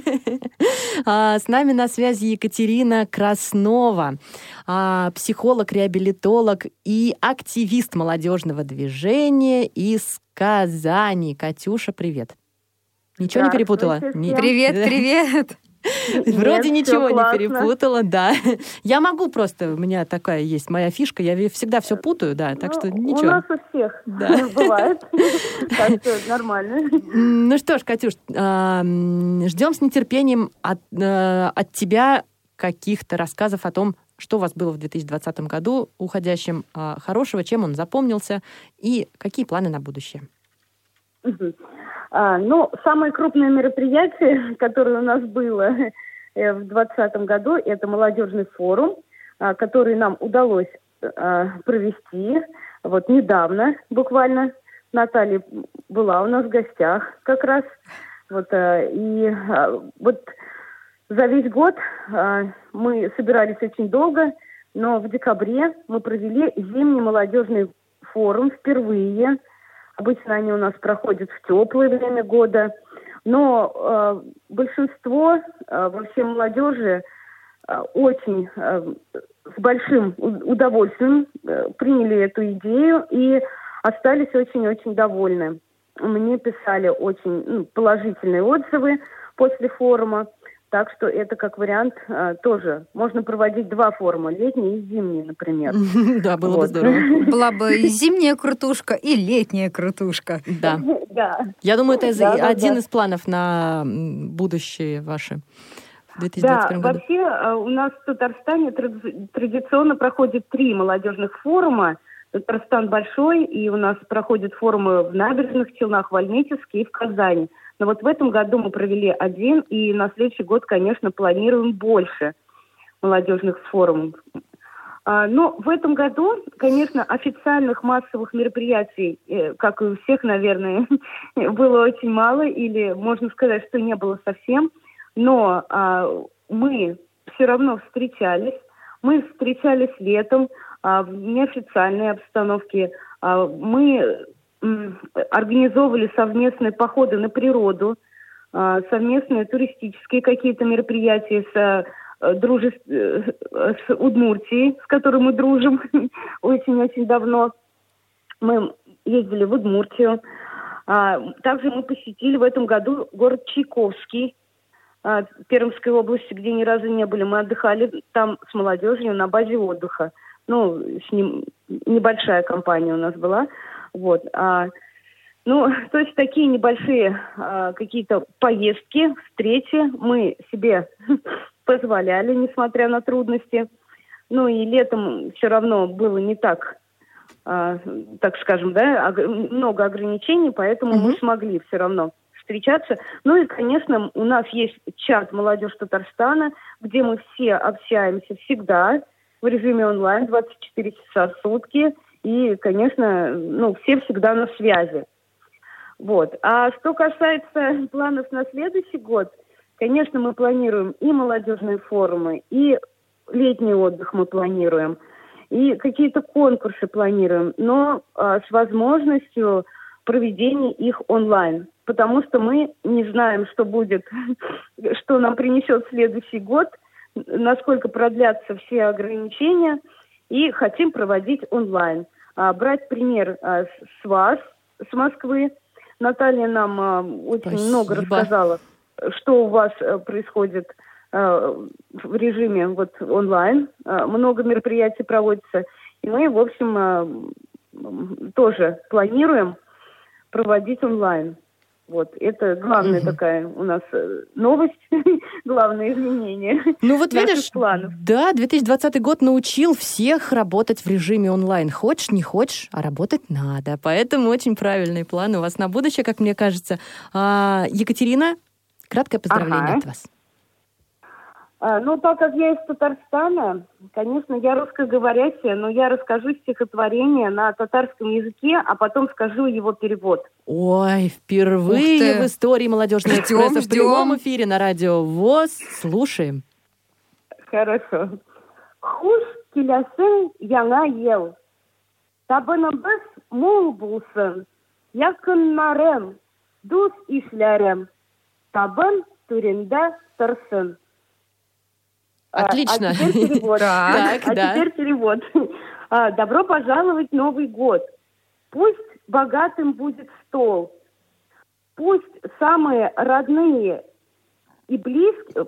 С нами на связи Екатерина Краснова, психолог, реабилитолог и активист молодежного движения из Казани. Катюша, привет. Ничего не перепутала? Привет. Вроде ничего не перепутала, да. Я могу просто, у меня такая есть моя фишка, я всегда все путаю, да, так что ничего. У нас у всех бывает, так что нормально. Ну что ж, Катюш, ждем с нетерпением от тебя каких-то рассказов о том, что у вас было в 2020 году уходящем хорошего, чем он запомнился и какие планы на будущее. Самое крупное мероприятие, которое у нас было, в 2020 году. Это молодежный форум, который нам удалось провести вот недавно, буквально. Наталья была у нас в гостях как раз. Вот, и вот за весь год мы собирались очень долго, но в декабре мы провели зимний молодежный форум впервые. Обычно они у нас проходят в теплое время года, но большинство вообще молодежи очень с большим удовольствием приняли эту идею и остались очень-очень довольны. Мне писали очень положительные отзывы после форума, так что это как вариант тоже. Можно проводить 2 форума, летний и зимний, например. Да, было бы здорово. Была бы и зимняя крутушка, и летняя крутушка. Да. Я думаю, это один из планов на будущее ваше. В 2021 году. Вообще у нас в Татарстане традиционно проходит 3 молодежных форума. Татарстан большой, и у нас проходят форумы в Набережных Челнах, в Альметьевске и в Казани. Но вот в этом году мы провели 1, и на следующий год, конечно, планируем больше молодежных форумов. Но в этом году, конечно, официальных массовых мероприятий, как и у всех, наверное, было очень мало, или можно сказать, что не было совсем. Но мы все равно встречались. Мы встречались летом в неофициальной обстановке. Мы организовывали совместные походы на природу, совместные туристические какие-то мероприятия с Удмуртией, с которой мы дружим очень-очень давно. Мы ездили в Удмуртию. Также мы посетили в этом году город Чайковский, Пермской области, где ни разу не были. Мы отдыхали там с молодежью на базе отдыха. Небольшая компания у нас была. Вот. То есть такие небольшие какие-то поездки, встречи мы себе позволяли, несмотря на трудности. И летом все равно было не так, так скажем, много ограничений, поэтому мы смогли все равно встречаться. И, конечно, у нас есть чат «Молодежь Татарстана», где мы все общаемся всегда в режиме онлайн 24 часа в сутки. И, конечно, все всегда на связи. Вот. А что касается планов на следующий год, конечно, мы планируем и молодежные форумы, и летний отдых мы планируем, и какие-то конкурсы планируем, но с возможностью проведения их онлайн. Потому что мы не знаем, что будет, что нам принесет следующий год, насколько продлятся все ограничения, и хотим проводить онлайн. Брать пример с вас, с Москвы. Наталья нам очень много рассказала, что у вас происходит в режиме онлайн. Много мероприятий проводится. И мы, в общем, тоже планируем проводить онлайн. Вот, это главная такая у нас новость, главное изменение. Видишь, планов. Да, 2020 год научил всех работать в режиме онлайн. Хочешь, не хочешь, а работать надо. Поэтому очень правильные планы у вас на будущее, как мне кажется. Екатерина, краткое поздравление от вас. Так как я из Татарстана, конечно, я русскоговорящая, но я расскажу стихотворение на татарском языке, а потом скажу его перевод. Ой, впервые в истории «Молодежного экспресса» в прямом эфире на радио ВОС. Слушаем. Хорошо. Хуш киләсең яңа ел. Табыныбыз мул булсын. Якыннарым, дус ишләрем. Табын түрендә торсын. Отлично. А теперь перевод. Теперь перевод. Добро пожаловать в Новый год. Пусть богатым будет стол. Пусть самые родные и близкие,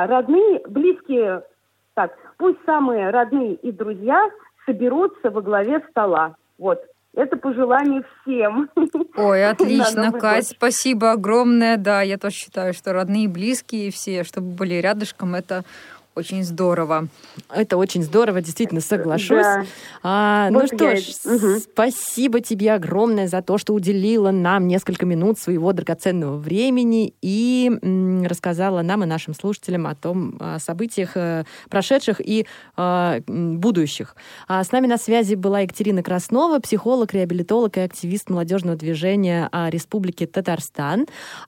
пусть самые родные и друзья соберутся во главе стола. Вот. Это пожелание всем. Ой, отлично, Кать, спасибо огромное. Да, я тоже считаю, что родные и близкие все, чтобы были рядышком, это Очень здорово. Это очень здорово, действительно, соглашусь. Да. Ну что ж, спасибо тебе огромное за то, что уделила нам несколько минут своего драгоценного времени и рассказала нам и нашим слушателям о событиях прошедших и будущих. С нами на связи была Екатерина Краснова, психолог, реабилитолог и активист молодежного движения Республики Татарстан.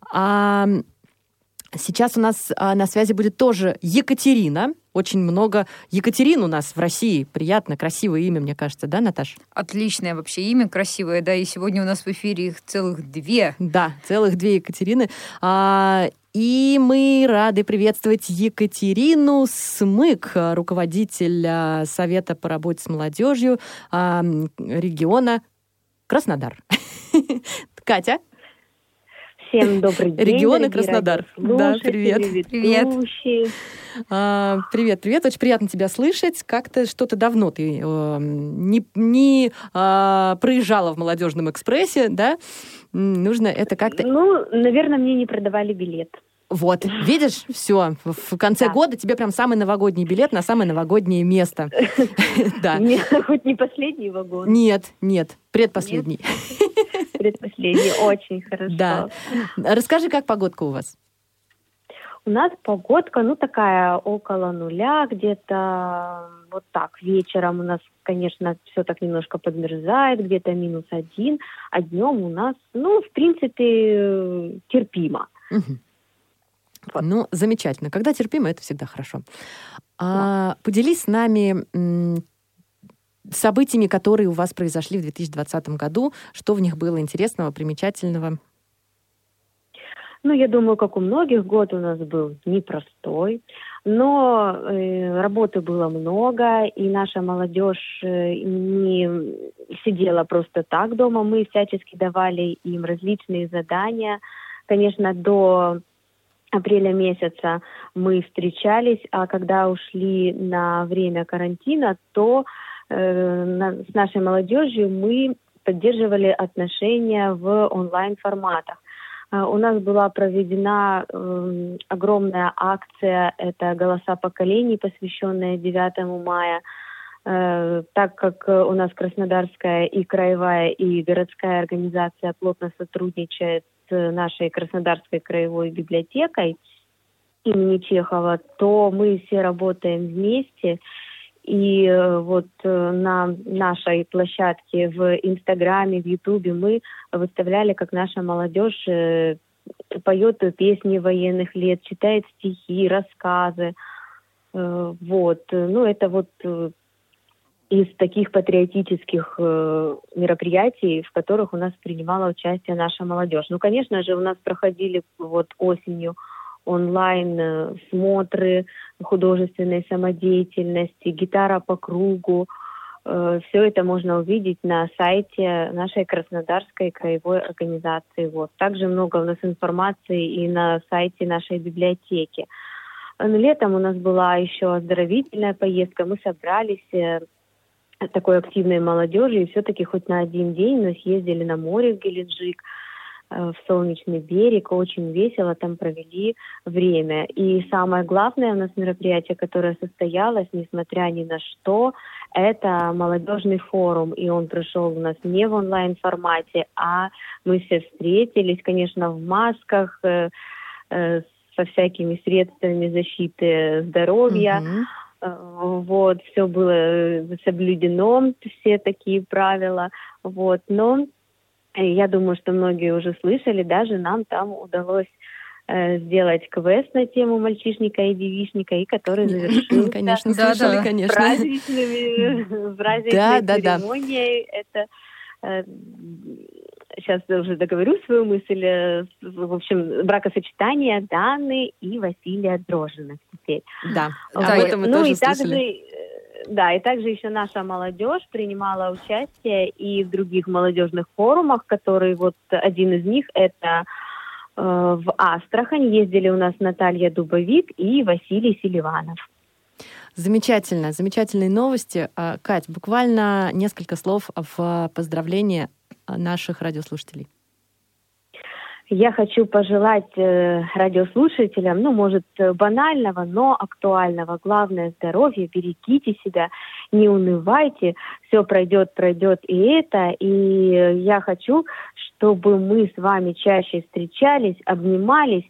Сейчас у нас на связи будет тоже Екатерина. Очень много Екатерин у нас в России. Приятно, красивое имя, мне кажется, да, Наташа? Отличное вообще имя, красивое, да, и сегодня у нас в эфире их целых 2. Да, целых 2 Екатерины. И мы рады приветствовать Екатерину Смык, руководитель Совета по работе с молодежью региона Краснодар. Катя? Всем добрый день. Региона Краснодар. Да, привет. Привет. Привет. Очень приятно тебя слышать. Как-то что-то давно ты не проезжала в молодежном экспрессе, да? Нужно это как-то... Ну, наверное, мне не продавали билет. Вот, видишь, все, в конце года тебе прям самый новогодний билет на самое новогоднее место. Хоть не последний вагон? Нет, предпоследний. Предпоследний, очень хорошо. Да. Расскажи, как погодка у вас? У нас погодка, такая около нуля, где-то вот так. Вечером у нас, конечно, все так немножко подмерзает, где-то -1, а днем у нас, в принципе, терпимо. Вот. Ну, замечательно. Когда терпимо, это всегда хорошо. Поделись с нами событиями, которые у вас произошли в 2020 году. Что в них было интересного, примечательного? Я думаю, как у многих, год у нас был непростой, но работы было много, и наша молодежь не сидела просто так дома. Мы всячески давали им различные задания. Конечно, до апреля месяца мы встречались, а когда ушли на время карантина, то с нашей молодежью мы поддерживали отношения в онлайн-форматах. У нас была проведена огромная акция, это «Голоса поколений», посвященная 9 мая. Так как у нас Краснодарская и краевая, и городская организация плотно сотрудничает с нашей Краснодарской краевой библиотекой имени Чехова, то мы все работаем вместе. И вот на нашей площадке в Инстаграме, в Ютубе мы выставляли, как наша молодежь поет песни военных лет, читает стихи, рассказы. Вот. Это вот из таких патриотических мероприятий, в которых у нас принимала участие наша молодежь. Конечно же, у нас проходили вот осенью онлайн смотры художественной самодеятельности, гитара по кругу. Все это можно увидеть на сайте нашей Краснодарской краевой организации. Вот. Также много у нас информации и на сайте нашей библиотеки. Летом у нас была еще оздоровительная поездка. Мы собрались такой активной молодежи и все-таки хоть на один день мы съездили на море в Геленджик, в Солнечный берег, очень весело там провели время. И самое главное у нас мероприятие, которое состоялось, несмотря ни на что, это молодежный форум. И он прошел у нас не в онлайн-формате, а мы все встретились, конечно, в масках, со всякими средствами защиты здоровья. Вот, все было соблюдено, все такие правила. Вот, но я думаю, что многие уже слышали, даже нам там удалось сделать квест на тему мальчишника и девичника, и который завершился конечно, слышали, конечно. праздничной церемонией. Это сейчас уже договорю свою мысль. В общем, бракосочетание Даны и Василия Дрожжиных теперь. Да, об этом мы тоже слышали. Да, и также еще наша молодежь принимала участие и в других молодежных форумах, которые вот один из них это в Астрахань. Ездили у нас Наталья Дубовик и Василий Селиванов. Замечательно, замечательные новости. Кать, буквально несколько слов в поздравлении наших радиослушателей. Я хочу пожелать радиослушателям, может, банального, но актуального. Главное — здоровье, берегите себя, не унывайте, все пройдет и это. И я хочу, чтобы мы с вами чаще встречались, обнимались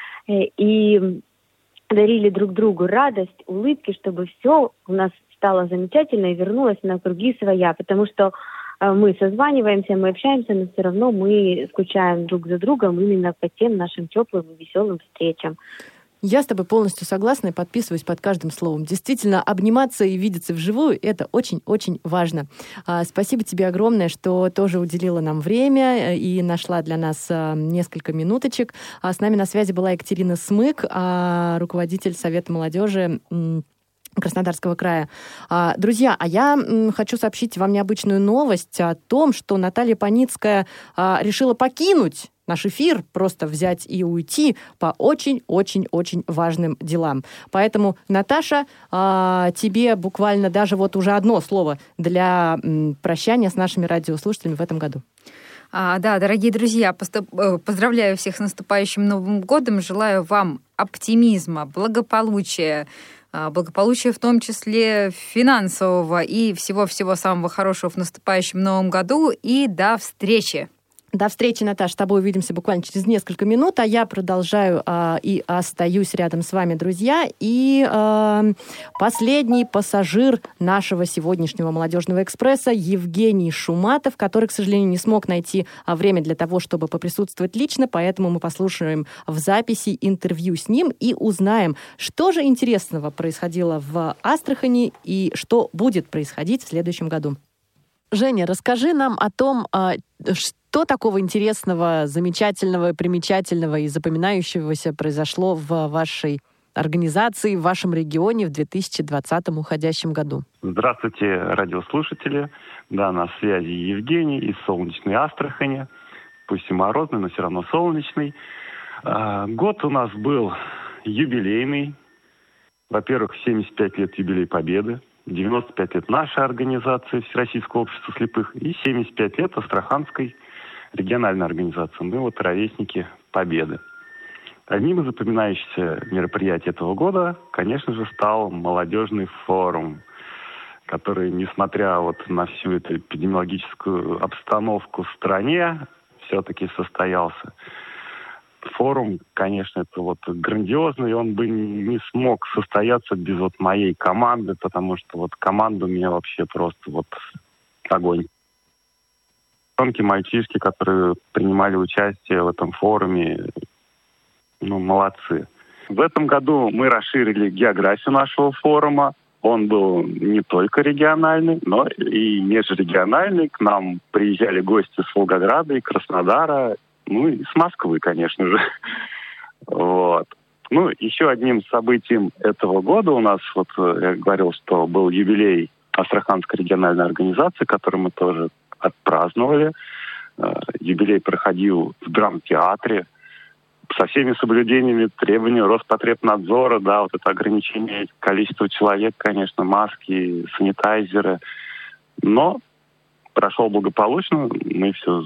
и дарили друг другу радость, улыбки, чтобы все у нас стало замечательно и вернулось на круги своя. Потому что мы созваниваемся, мы общаемся, но все равно мы скучаем друг за другом именно по тем нашим теплым и веселым встречам. Я с тобой полностью согласна и подписываюсь под каждым словом. Действительно, обниматься и видеться вживую — это очень-очень важно. Спасибо тебе огромное, что тоже уделила нам время и нашла для нас несколько минуточек. С нами на связи была Екатерина Смык, руководитель Совета молодежи Краснодарского края. Друзья, я хочу сообщить вам необычную новость о том, что Наталья Паницкая решила покинуть наш эфир, просто взять и уйти по очень-очень-очень важным делам. Поэтому, Наташа, тебе буквально даже уже одно слово для прощания с нашими радиослушателями в этом году. Да, дорогие друзья, поздравляю всех с наступающим Новым годом, желаю вам оптимизма, благополучия в том числе финансового, и всего-всего самого хорошего в наступающем Новом году, и до встречи! До встречи, Наташа. С тобой увидимся буквально через несколько минут, а я продолжаю и остаюсь рядом с вами, друзья. И последний пассажир нашего сегодняшнего молодежного экспресса Евгений Шуматов, который, к сожалению, не смог найти время для того, чтобы поприсутствовать лично, поэтому мы послушаем в записи интервью с ним и узнаем, что же интересного происходило в Астрахани и что будет происходить в следующем году. Женя, расскажи нам о том, что такого интересного, замечательного, примечательного и запоминающегося произошло в вашей организации, в вашем регионе в 2020 уходящем году? Здравствуйте, радиослушатели. Да, на связи Евгений из солнечной Астрахани. Пусть и морозный, но все равно солнечный. Год у нас был юбилейный. Во-первых, 75 лет юбилей Победы. 95 лет нашей организации Всероссийского общества слепых и 75 лет Астраханской региональной организации. Мы ровесники Победы. Одним из запоминающихся мероприятий этого года, конечно же, стал молодежный форум, который, несмотря на всю эту эпидемиологическую обстановку в стране, все-таки состоялся. Форум, конечно, это грандиозный, он бы не смог состояться без моей команды, потому что команда у меня вообще просто огонь. Тонкие мальчишки, которые принимали участие в этом форуме, молодцы. В этом году мы расширили географию нашего форума. Он был не только региональный, но и межрегиональный. К нам приезжали гости с Волгограда и Краснодара, и с Москвы, конечно же. Еще одним событием этого года у нас, я говорил, что был юбилей Астраханской региональной организации, который мы тоже отпраздновали. Юбилей проходил в драмтеатре со всеми соблюдениями требований Роспотребнадзора, это ограничение количества человек, конечно, маски, санитайзеры. Но прошел благополучно, мы все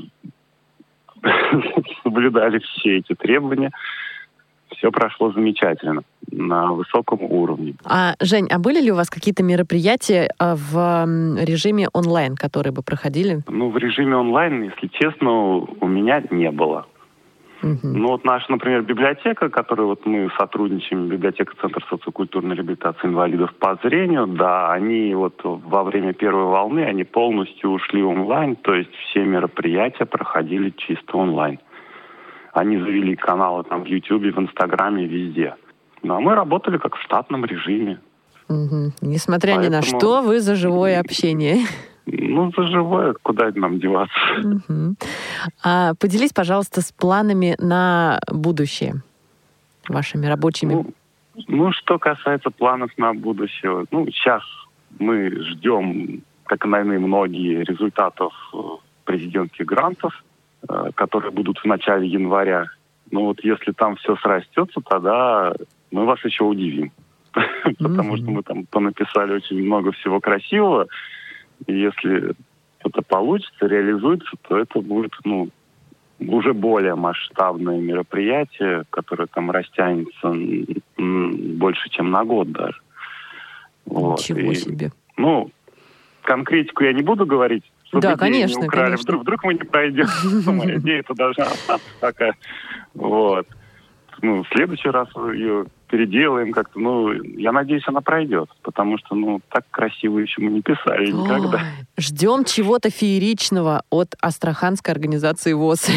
соблюдали все эти требования. Все прошло замечательно, на высоком уровне. Жень, были ли у вас какие-то мероприятия в режиме онлайн, которые бы проходили? В режиме онлайн, если честно, у меня не было. Угу. Наша, например, библиотека, которой мы сотрудничаем, библиотека Центр социокультурной реабилитации инвалидов по зрению, да, они во время первой волны, они полностью ушли онлайн, то есть все мероприятия проходили чисто онлайн. Они завели каналы в Ютьюбе, в Инстаграме, везде. А мы работали как в штатном режиме. Угу. Несмотря ни на что, вы за живое общение. За живое, куда нам деваться. Угу. Поделись, пожалуйста, с планами на будущее, вашими рабочими. Что касается планов на будущее, сейчас мы ждем, как и, наверное, многие, результатов президентских грантов, которые будут в начале января. Если там все срастется, тогда мы вас еще удивим. Потому что мы там понаписали очень много всего красивого. И если это получится, реализуется, то это будет, уже более масштабное мероприятие, которое там растянется больше, чем на год даже. Вот. Ничего себе. Ну, конкретику я не буду говорить, чтобы да, идею конечно, не украли. конечно. Вдруг мы не пройдем. Моя идея-то должна остаться такая. Вот. Ну, в следующий раз ее переделаем как-то. Ну, я надеюсь, она пройдет. Потому что, ну, так красиво еще мы не писали никогда. Ждем чего-то фееричного от Астраханской организации ВОС.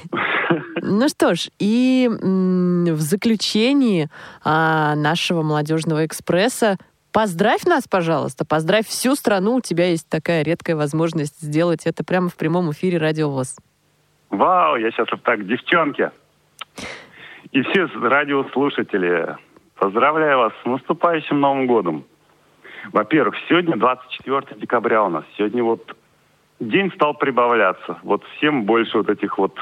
Ну что ж, и в заключении нашего молодежного экспресса поздравь нас, пожалуйста, поздравь всю страну. У тебя есть такая редкая возможность сделать это прямо в прямом эфире Радио ВОС. Вау, я сейчас вот так, девчонки. И все радиослушатели, поздравляю вас с наступающим Новым годом. Во-первых, сегодня 24 декабря у нас. Сегодня вот день стал прибавляться. Вот всем больше вот этих вот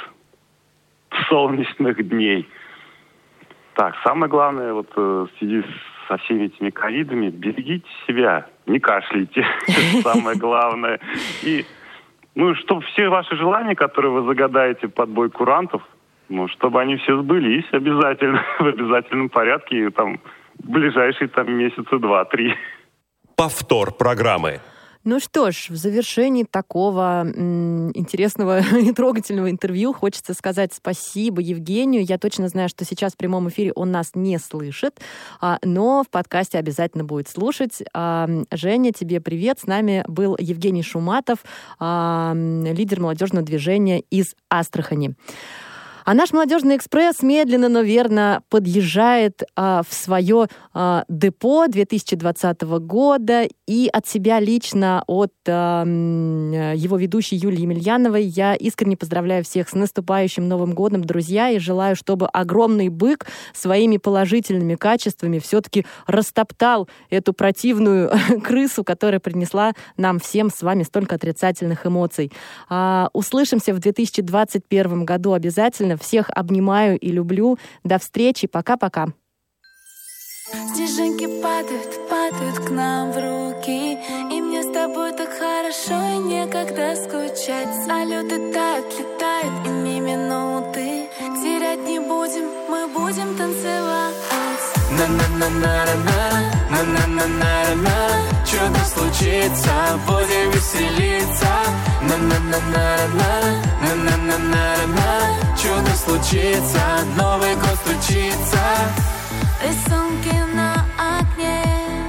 солнечных дней. Так, самое главное, вот в связи со всеми этими ковидами, берегите себя, не кашляйте. Это самое главное. И, ну, чтобы все ваши желания, которые вы загадаете под бой курантов, ну, чтобы они все сбылись обязательно, в обязательном порядке, и там в ближайшие там месяца 2-3. Повтор программы. Ну что ж, в завершении такого интересного и трогательного интервью хочется сказать спасибо Евгению. Я точно знаю, что сейчас в прямом эфире он нас не слышит, но в подкасте обязательно будет слушать. Женя, тебе привет. С нами был Евгений Шуматов, лидер молодежного движения из Астрахани. А наш молодежный экспресс медленно, но верно подъезжает в свое депо 2020 года. И от себя лично, от его ведущей Юлии Емельяновой, я искренне поздравляю всех с наступающим Новым годом, друзья, и желаю, чтобы огромный бык своими положительными качествами все-таки растоптал эту противную крысу, которая принесла нам всем с вами столько отрицательных эмоций. Услышимся в 2021 году обязательно. Всех обнимаю и люблю. До встречи. Пока-пока. Снежинки падают, падают к нам в руки, и мне с тобой так хорошо и некогда скучать. Салюты тают, летают, и ни минуты терять не будем, мы будем танцевать. На-на-на-на-на-на, на-на-на-на-на, чудо случится, будем веселиться. На-на-на-на-на, на-на-на-на-на, чудо случится, Новый год стучится. Рисунки на окне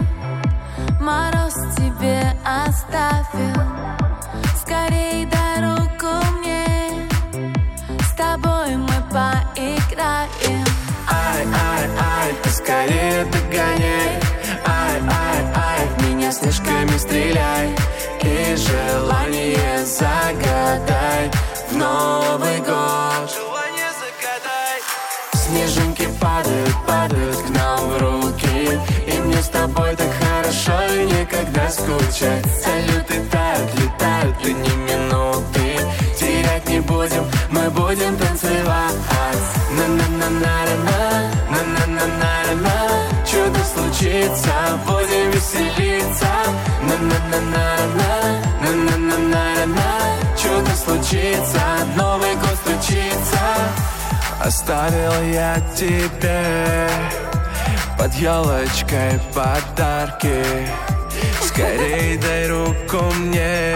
мороз тебе оставил. Скорей дай руку мне, с тобой мы поиграем. Ай-ай-ай, ты скорее догоняй. Ай-ай-ай, в меня снежками стреляй. И желание загадай в Новый год. Желание загадай. Снежинки падают, падают к нам в руки, и мне с тобой так хорошо и некогда скучать. Салюты тают, летают, и ни минуты терять не будем, мы будем танцевать. На-на-на-на-на, на-на-на-на-на, чудо случится, будем веселиться. На-на-на-на-на, на-на-на-на-на, чудо случится, Новый год стучится. Оставил я тебе под елочкой подарки. Скорей дай руку мне,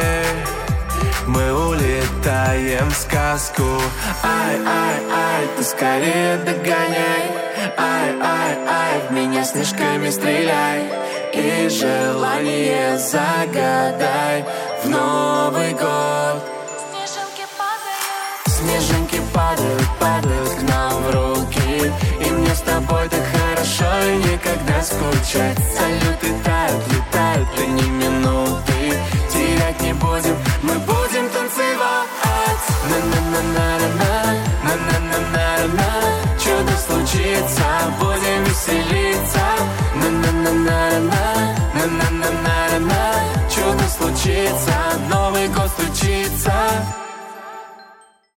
мы улетаем в сказку. Ай-ай-ай, ты скорее догоняй. Ай-ай-ай, в меня снежками стреляй. И желание загадай в Новый год. Снежинки падают, падают к нам в руки, и мне с тобой так хорошо и никогда скучать. Салюты тают, летают, и ни минуты терять не будем, мы будем танцевать. На-на-на-на-на, на-на-на-на-на, чудо случится, будем веселиться. На-на-на-на-на, на-на-на-на-на, чудо случится, но